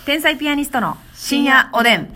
天才ピアニストの深夜おでん。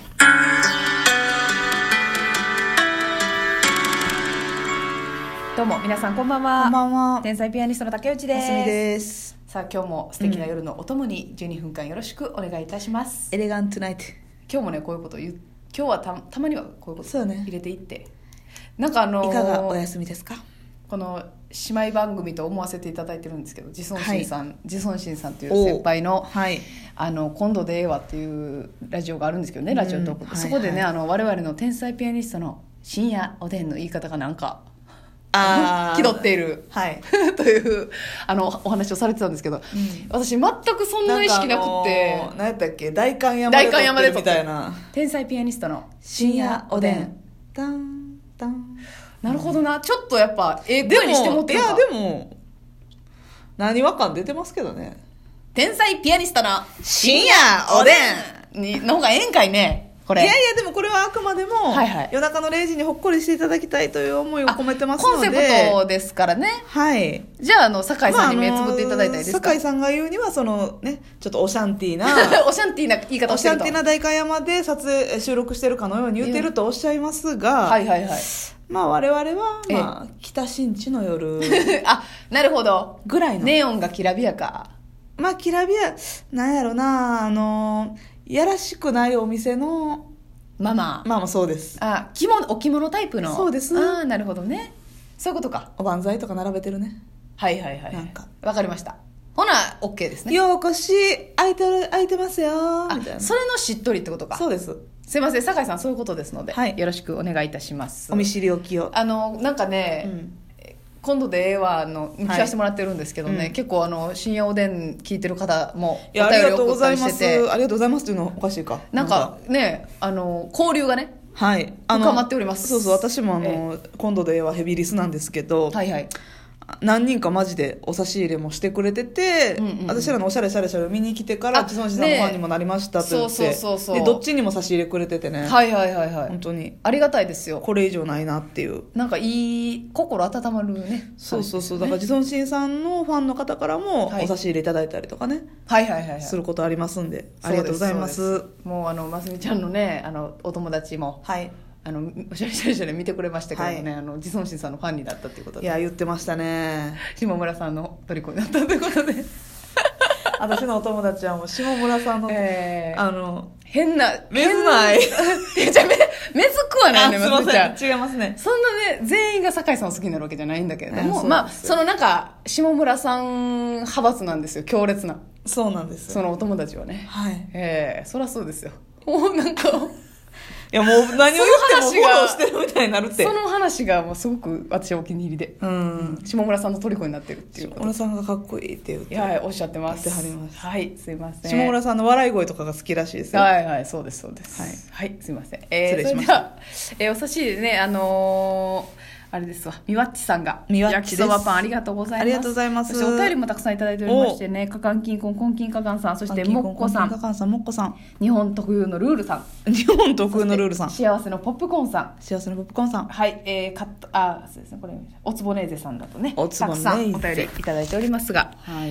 どうも皆さんこんばんは。 こんばんは。 天才ピアニストの竹内です。 ますみです。 さあ今日も素敵な夜のお供に12分間よろしくお願いいたします。 エレガントナイト。 今日もねこういうこと言う。今日はたまにはこういうことそうね入れていって、なんかいかがお休みですか？ この姉妹番組と思わせていただいてるんですけど、自尊心さん、自尊心さんという先輩の、 はい、 今度でええわっていうラジオがあるんですけどね、ラジオトーク、はいはい、そこでね我々の天才ピアニストの深夜おでんの言い方がなんか気取っている、はい、というお話をされてたんですけど、私全くそんな意識なくって何やったっけ、代官山で撮ってるみたいな、 天才ピアニストの深夜おでん、 タンタン。 なるほどな、ちょっとやっぱ声にしてもってるか。 いやでも何話感出てますけどね。 天才ピアニストの深夜おでんにの方がええんかいねこれ。 いやいやでもこれはあくまでも、はいはい、夜中の0時にほっこりしていただきたいという思いを込めてますので、 コンセプトですからね。 はい。 じゃあ酒井さんに目つぶっていただいたらいいですか？ 酒井さんが言うにはそのね、ちょっとオシャンティーなオシャンティーな言い方をしてると、 オシャンティーな代官山で収録してるかのように言ってるとおっしゃいますが、 はいはいはい。 まあ我々は北新地の夜あ、なるほどぐらいのネオンがきらびやか、 まあきらびやなんやろな、やらしくないお店のまあそうです。 お着物タイプの。 そうです。 ああ、なるほどね、そういうことか。 おばんざいとか並べてるね。 はいはいはい、 なんかわかりました。ほな OK ですね。 ようこし空いてますよみたいな。 それのしっとりってことか。 そうです。 すいません、酒井さんそういうことですので、 はい、 よろしくお願いいたします。 お見知りおきを。 なんかね、今度でええわ聞かせてもらってるんですけどね、結構深夜おでん聞いてる方もお便り送ったりしてて、 ありがとうございますっていうのはおかしいか。 なんかね、交流がね、 はい、 深まっております。 そうそう、私も今度でええわヘビーリスなんですけど、はいはい、何人かマジでお差し入れもしてくれてて、私らのおしゃれしゃれしゃれ見に来てから自尊心さんのファンにもなりましたって言って、でどっちにも差し入れくれててね、 はいはいはいはい、 本当にありがたいですよ。 これ以上ないなっていう、なんかいい心温まるね。 そうそうそう、だから自尊心さんのファンの方からもお差し入れいただいたりとかね、 はいはいはいはい、することありますんで、ありがとうございます。 もうますみちゃんのねお友達も、はい、おしゃれしゃれしゃれ見てくれましたけどね、はい、自尊心さんのファンになったっていうことで、 いや言ってましたね。下村さんの虜になったということで私のお友達はもう下村さんの、 変なめずないめずくはないね。 すいません、違いますね。 そんなね全員が酒井さんを好きになるわけじゃないんだけれども、まあそのなんか下村さん派閥なんですよ、強烈な。 そうなんですよ、 そのお友達はね。 はい、 そりゃそうですよ。もうなんかいやもう何を言ってもフォローしてるみたいになるって。 その話がもうすごく私はお気に入りで、下村さんの虜になってるっていうこと。 下村さんがかっこいいって言って、 はい、おっしゃってます。 言ってはります。 はい、すいません。 下村さんの笑い声とかが好きらしいですよ。 はいはい、そうですそうです。はい、はい、すいません。失礼しました。お差し入れね、あれですわ、みわっちさんが焼きそばパンありがとうございます。 ありがとうございます。 そしてお便りもたくさんいただいておりましてね、かかんきんこんこんきんかかんさん、そしてもっこさん、 もっこさん、 日本特有のルールさん、 日本特有のルールさん、 幸せのポップコーンさん、 幸せのポップコーンさん、 はい、そうですね、これおつぼねーぜさんだとね、 おつぼねーぜたくさんお便りいただいておりますが、はい、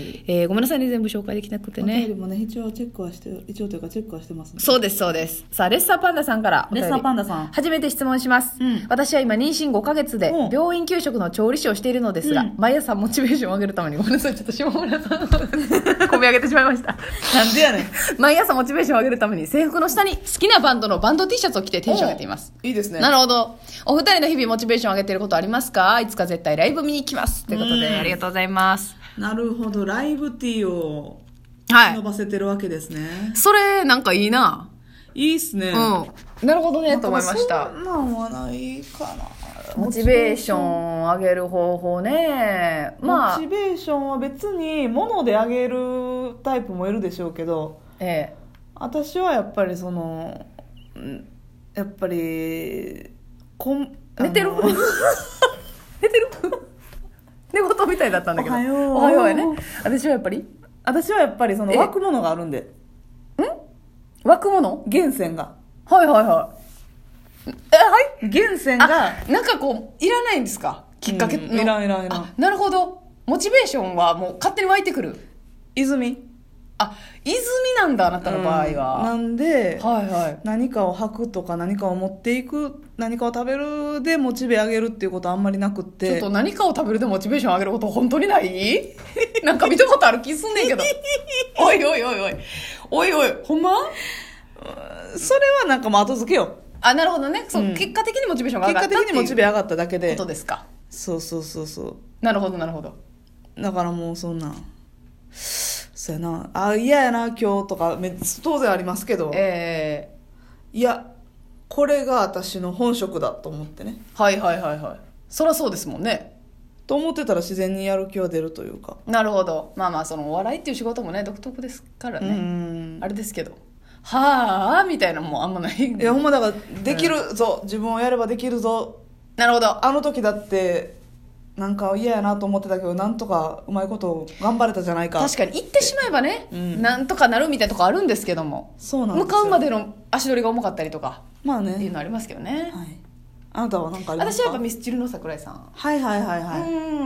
ごめんなさいね、全部紹介できなくてね。 お便りもね、一応というかチェックはしてますね。 そうですそうです。さあ、レッサーパンダさんからお便り、 レッサーパンダさん、 初めて質問します。私は今妊娠5ヶ月で病院給食の調理師をしているのですが、毎朝モチベーションを上げるために、ごめんなさい、ちょっと下村さんを込み上げてしまいました。 なんでやねん。 毎朝モチベーションを上げるために制服の下に好きなバンドのバンド T シャツを着てテンション上げています。 いいですね。 なるほど。お二人の日々モチベーションを上げていることありますか？いつか絶対ライブ見に行きますということで、ありがとうございます。 なるほど、ライブ T を伸ばせてるわけですね。 それなんかいいな。 いいっすね。 なるほどねと思いました。 そんなんはないかな。 モチベーション上げる方法ね。 モチベーションは別に物で上げるタイプもいるでしょうけど、私はやっぱりやっぱり寝てる寝てる寝言みたいだったんだけど、おはようやね。私はやっぱり湧くものがあるんで。 湧くもの？ 源泉が。 はいはいはい。はい、 源泉がなんかこういらないんですか、きっかけの。 いらん。 なるほど。モチベーションはもう勝手に湧いてくる。 泉あ、泉なんだ、あなたの場合は。 なんで、 はいはい、 何かを履くとか何かを持っていく、何かを食べるでモチベ上げるっていうことはあんまりなくって。 ちょっと何かを食べるでモチベーション上げること本当にないなんか見たことある気すんねんけど。おいおいおいおい。おいおい、ほんま？ それはなんかもう後付けよ。 あ、なるほどね。そう、結果的にモチベーションが上がったっていう。 結果的にモチベ上がっただけで。 ことですか。 そうそうそうそう。 なるほどなるほど。 だからもうそんな。そうやな、あ、嫌やな今日とか当然ありますけど、いやこれが私の本職だと思ってね。 はいはいはいはい。そりゃそうですもんね。 と思ってたら自然にやる気は出るというか。 なるほど。まあまあ、そのお笑いっていう仕事もね独特ですからね。あれですけど、はあみたいなもんあんまない。いやほんまだからできるぞ、自分をやればできるぞ。 なるほど。 あの時だってなんか嫌やなと思ってたけど、なんとかうまいこと頑張れたじゃないか。 確かに言ってしまえばね、なんとかなるみたいなとこあるんですけども、 そうなんですよ。 向かうまでの足取りが重かったりとか、 まあね、 っていうのありますけどね。 はい。あなたは何かありますか？ 私はやっぱミスチルの桜井さん。 はいはいはいはい。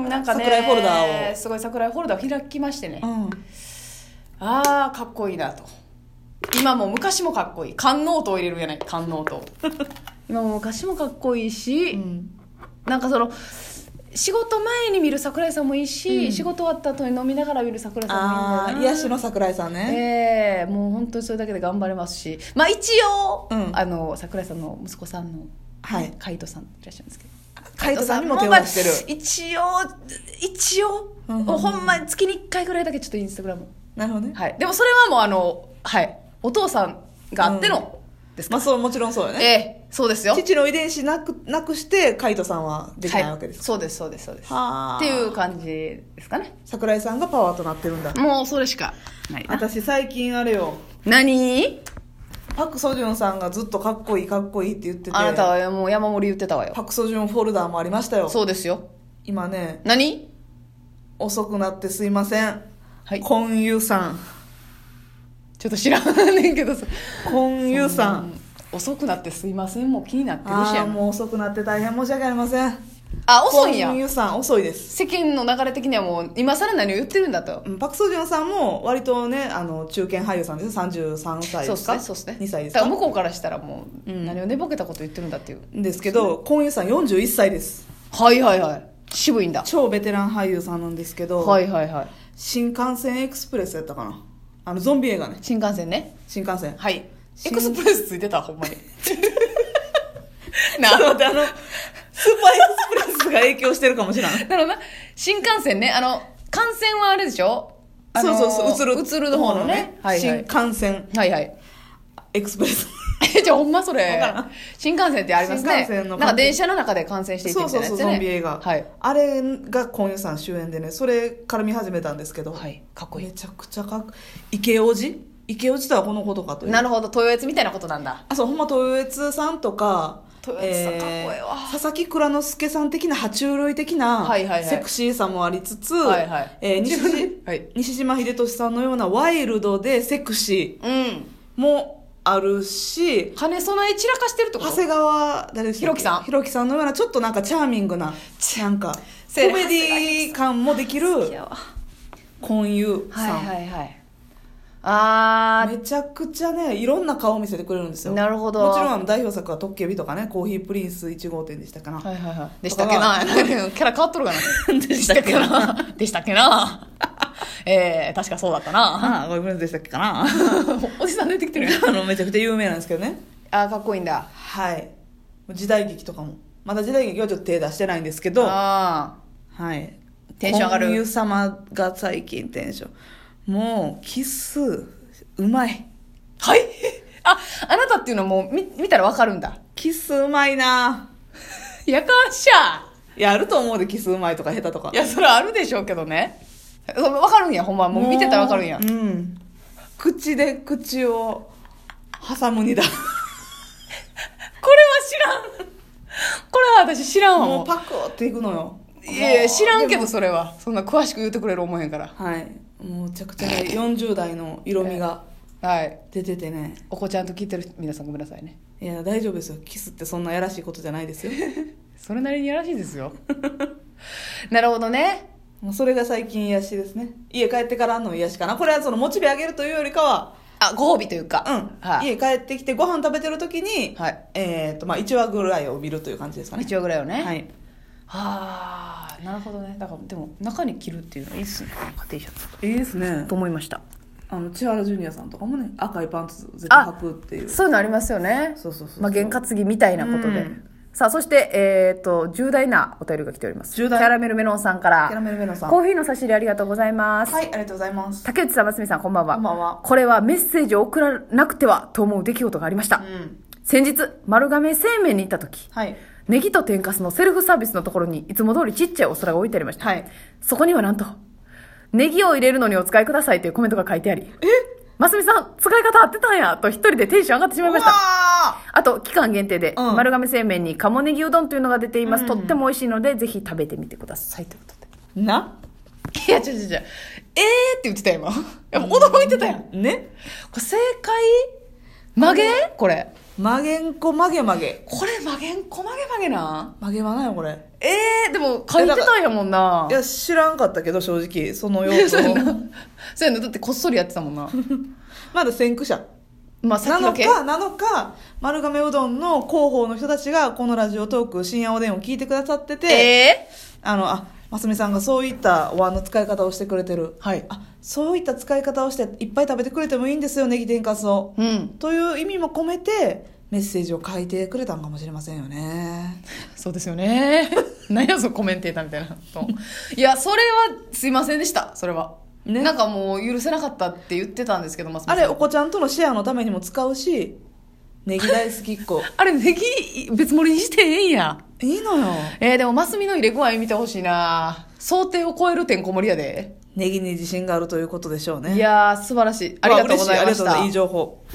なんかね、 桜井フォルダーをすごい桜井フォルダーを開きましてね、あーかっこいいなと。今も昔もかっこいい。官能と入れるんやない、官能と今も昔もかっこいいし、なんかその仕事前に見る桜井さんもいいし、仕事終わった後に飲みながら見る桜井さんもいいんだよな。 癒しの桜井さんね。 もう本当にそれだけで頑張れますし、まあ一応、桜井さんの息子さんの海人さんいらっしゃるんですけど、 海人さんにも手を出してる。 一応、ほんまに月に1回ぐらいだけちょっとインスタグラム。 なるほどね。 はい。でもそれはもうお父さんがあっての、ですか。 まあそう、もちろんそうよね。 そうですよ。 父の遺伝子なくして海人さんはできないわけです。 そうですそうですそうです。っていう感じですかね。 桜井さんがパワーとなってるんだ。 もうそれしかないな。 私最近あれよ。 何？ パクソジュンさんがずっとかっこいいかっこいいって言ってて。 あなたはもう山盛り言ってたわよ。 パクソジュンフォルダーもありましたよ。 そうですよ。 今ね。 何？ 遅くなってすいません。 はい。 コンユさん。 ちょっと知らんねんけどさ。 コンユさん。 遅くなってすいませんもう気になってるしやん。 もう遅くなって大変申し訳ありません。 遅いんや。 コンユさん遅いです。 世間の流れ的にはもう今更何を言ってるんだと。 パクソジュンさんも割とね中堅俳優さんですよ。33歳ですか。 そうですね。 2歳ですか。 だから向こうからしたらもう何を寝ぼけたこと言ってるんだっていう。 ですけど、コンユさん41歳です。 はいはいはい。渋いんだ。 超ベテラン俳優さんなんですけど、 はいはいはい。 新幹線エクスプレスやったかな。ゾンビ映画ね。 新幹線ね。 新幹線。 はい。エクスプレスついてたほんまに。 なるほど。スーパーエクスプレスが影響してるかもしれない。 なるほどな。新幹線ね。幹線はあれでしょ？ そうそう、 映るの方のね。 はいはい。新幹線。 はいはい。 エクスプレス。 じゃあほんまそれ。新幹線ってありますね。 新幹線の。 なんか電車の中で観戦していってみたいなやつね。 そう、ゾンビ映画。 はい。 あれがコンユさん主演でね、それから見始めたんですけど。 はい。かっこいい。 めちゃくちゃ池王子とはこのことかという。 なるほど、豊悦みたいなことなんだ。 そう、ほんま豊悦さんとか、 豊悦さんかっこいいわ。 佐々木蔵之介さん的な爬虫類的なセクシーさもありつつ、西島秀俊さんのようなワイルドでセクシーもあるし、 兼ね備え散らかしてるってこと？ 長谷川ひろきさんのようなちょっとなんかチャーミングななんかコメディ感もできるコンユさん。 はいはいはい。 めちゃくちゃねいろんな顔を見せてくれるんですよ。 なるほど。 もちろん代表作はトッケビとかね、コーヒープリンス1号店でしたかな。 はいはいはい。でしたっけな。キャラ変わっとるかな。でしたっけな。でしたっけな。確かそうだったな。 コーヒープリンスでしたっけかな。 おじさん出てきてるやん。めちゃくちゃ有名なんですけどね。 かっこいいんだ。 はい。時代劇とかも。まだ時代劇はちょっと手出してないんですけど。はい。 テンション上がる。 コンユ様が最近テンション。もうキスうまい。 はい。あなたっていうのはもう見たらわかるんだ。 キスうまいな。 やかましゃ。 いやあると思うで、キスうまいとか下手とか。 いやそれあるでしょうけどね。わかるんやほんま。もう見てたらわかるんや。 口で口を挟むにだ。これは知らん。これは私知らんわ。 もうパクっていくのよ。 いや知らんけど、それはそんな詳しく言ってくれる思えへんから。 はい。もうめちゃくちゃ40代の色味が出ててね、 お子ちゃんと聞いてる皆さんごめんなさいね。 いや大丈夫ですよ。キスってそんなやらしいことじゃないですよ。 それなりにやらしいですよ。なるほどね。 もうそれが最近癒しですね。家帰ってからの癒しかな。これはそのモチベ上げるというよりかは、 ご褒美というか、 家帰ってきてご飯食べてる時に、1話ぐらいを見るという感じですかね。 1話ぐらいをね。 はい。 なるほどね。だからでも中に着るっていうのいいっすね。Tシャツ。 いいですね。 と思いました。 千原ジュニアさんとかもね、赤いパンツ絶対履くっていう。 そういうのありますよね。 そう。 験担ぎみたいなことで。さあ、そして、重大なお便りが来ております。キャラメルメロンさんから。 キャラメルメロンさん。 コーヒーの差し入れありがとうございます。 はい、ありがとうございます。 竹内さん、ますみさん、こんばんは。 こんばんは。 これはメッセージを送らなくてはと思う出来事がありました。先日、丸亀製麺に行った時、ネギと天かすのセルフサービスのところにいつも通りちっちゃいお皿が置いてありました。そこにはなんと、ネギを入れるのにお使いくださいというコメントが書いてあり、ますみさん、使い方合ってたんやと一人でテンション上がってしまいました。あと、期間限定で、丸亀製麺に鴨ネギうどんというのが出ています。とっても美味しいので、ぜひ食べてみてください。ということで。いや、違う。って言ってたよ、今。驚いてたやん。 ね。 これ正解曲げこれ。 曲げんこ曲げ。 これ曲げんこ曲げな曲げはないよ、これ。 でも書いてたんやもんな。 いや、知らんかったけど、正直、その用途を。そうやな。だってこっそりやってたもんな。 まだ先駆者。 先駆けなのか、丸亀うどんの広報の人たちが、このラジオトーク、深夜おでんを聞いてくださってて、ますみさんがそういったお椀の使い方をしてくれてる。そういった使い方をしていっぱい食べてくれてもいいんですよ、ネギ天かすを。という意味も込めて、メッセージを書いてくれたんかもしれませんよね。 そうですよね。何やそのコメンテーターみたいな。いや、それはすいませんでした、それは。なんかもう許せなかったって言ってたんですけど、 あれ、お子ちゃんとのシェアのためにも使うし、ネギ大好きっ子。 あれ、ネギ別盛りにしてええんや。 いいのよ。 でも、マスミの入れ具合見てほしいな。想定を超えるてんこ盛りやで。 ネギに自信があるということでしょうね。 いやー、素晴らしい。ありがとうございました。 いい情報。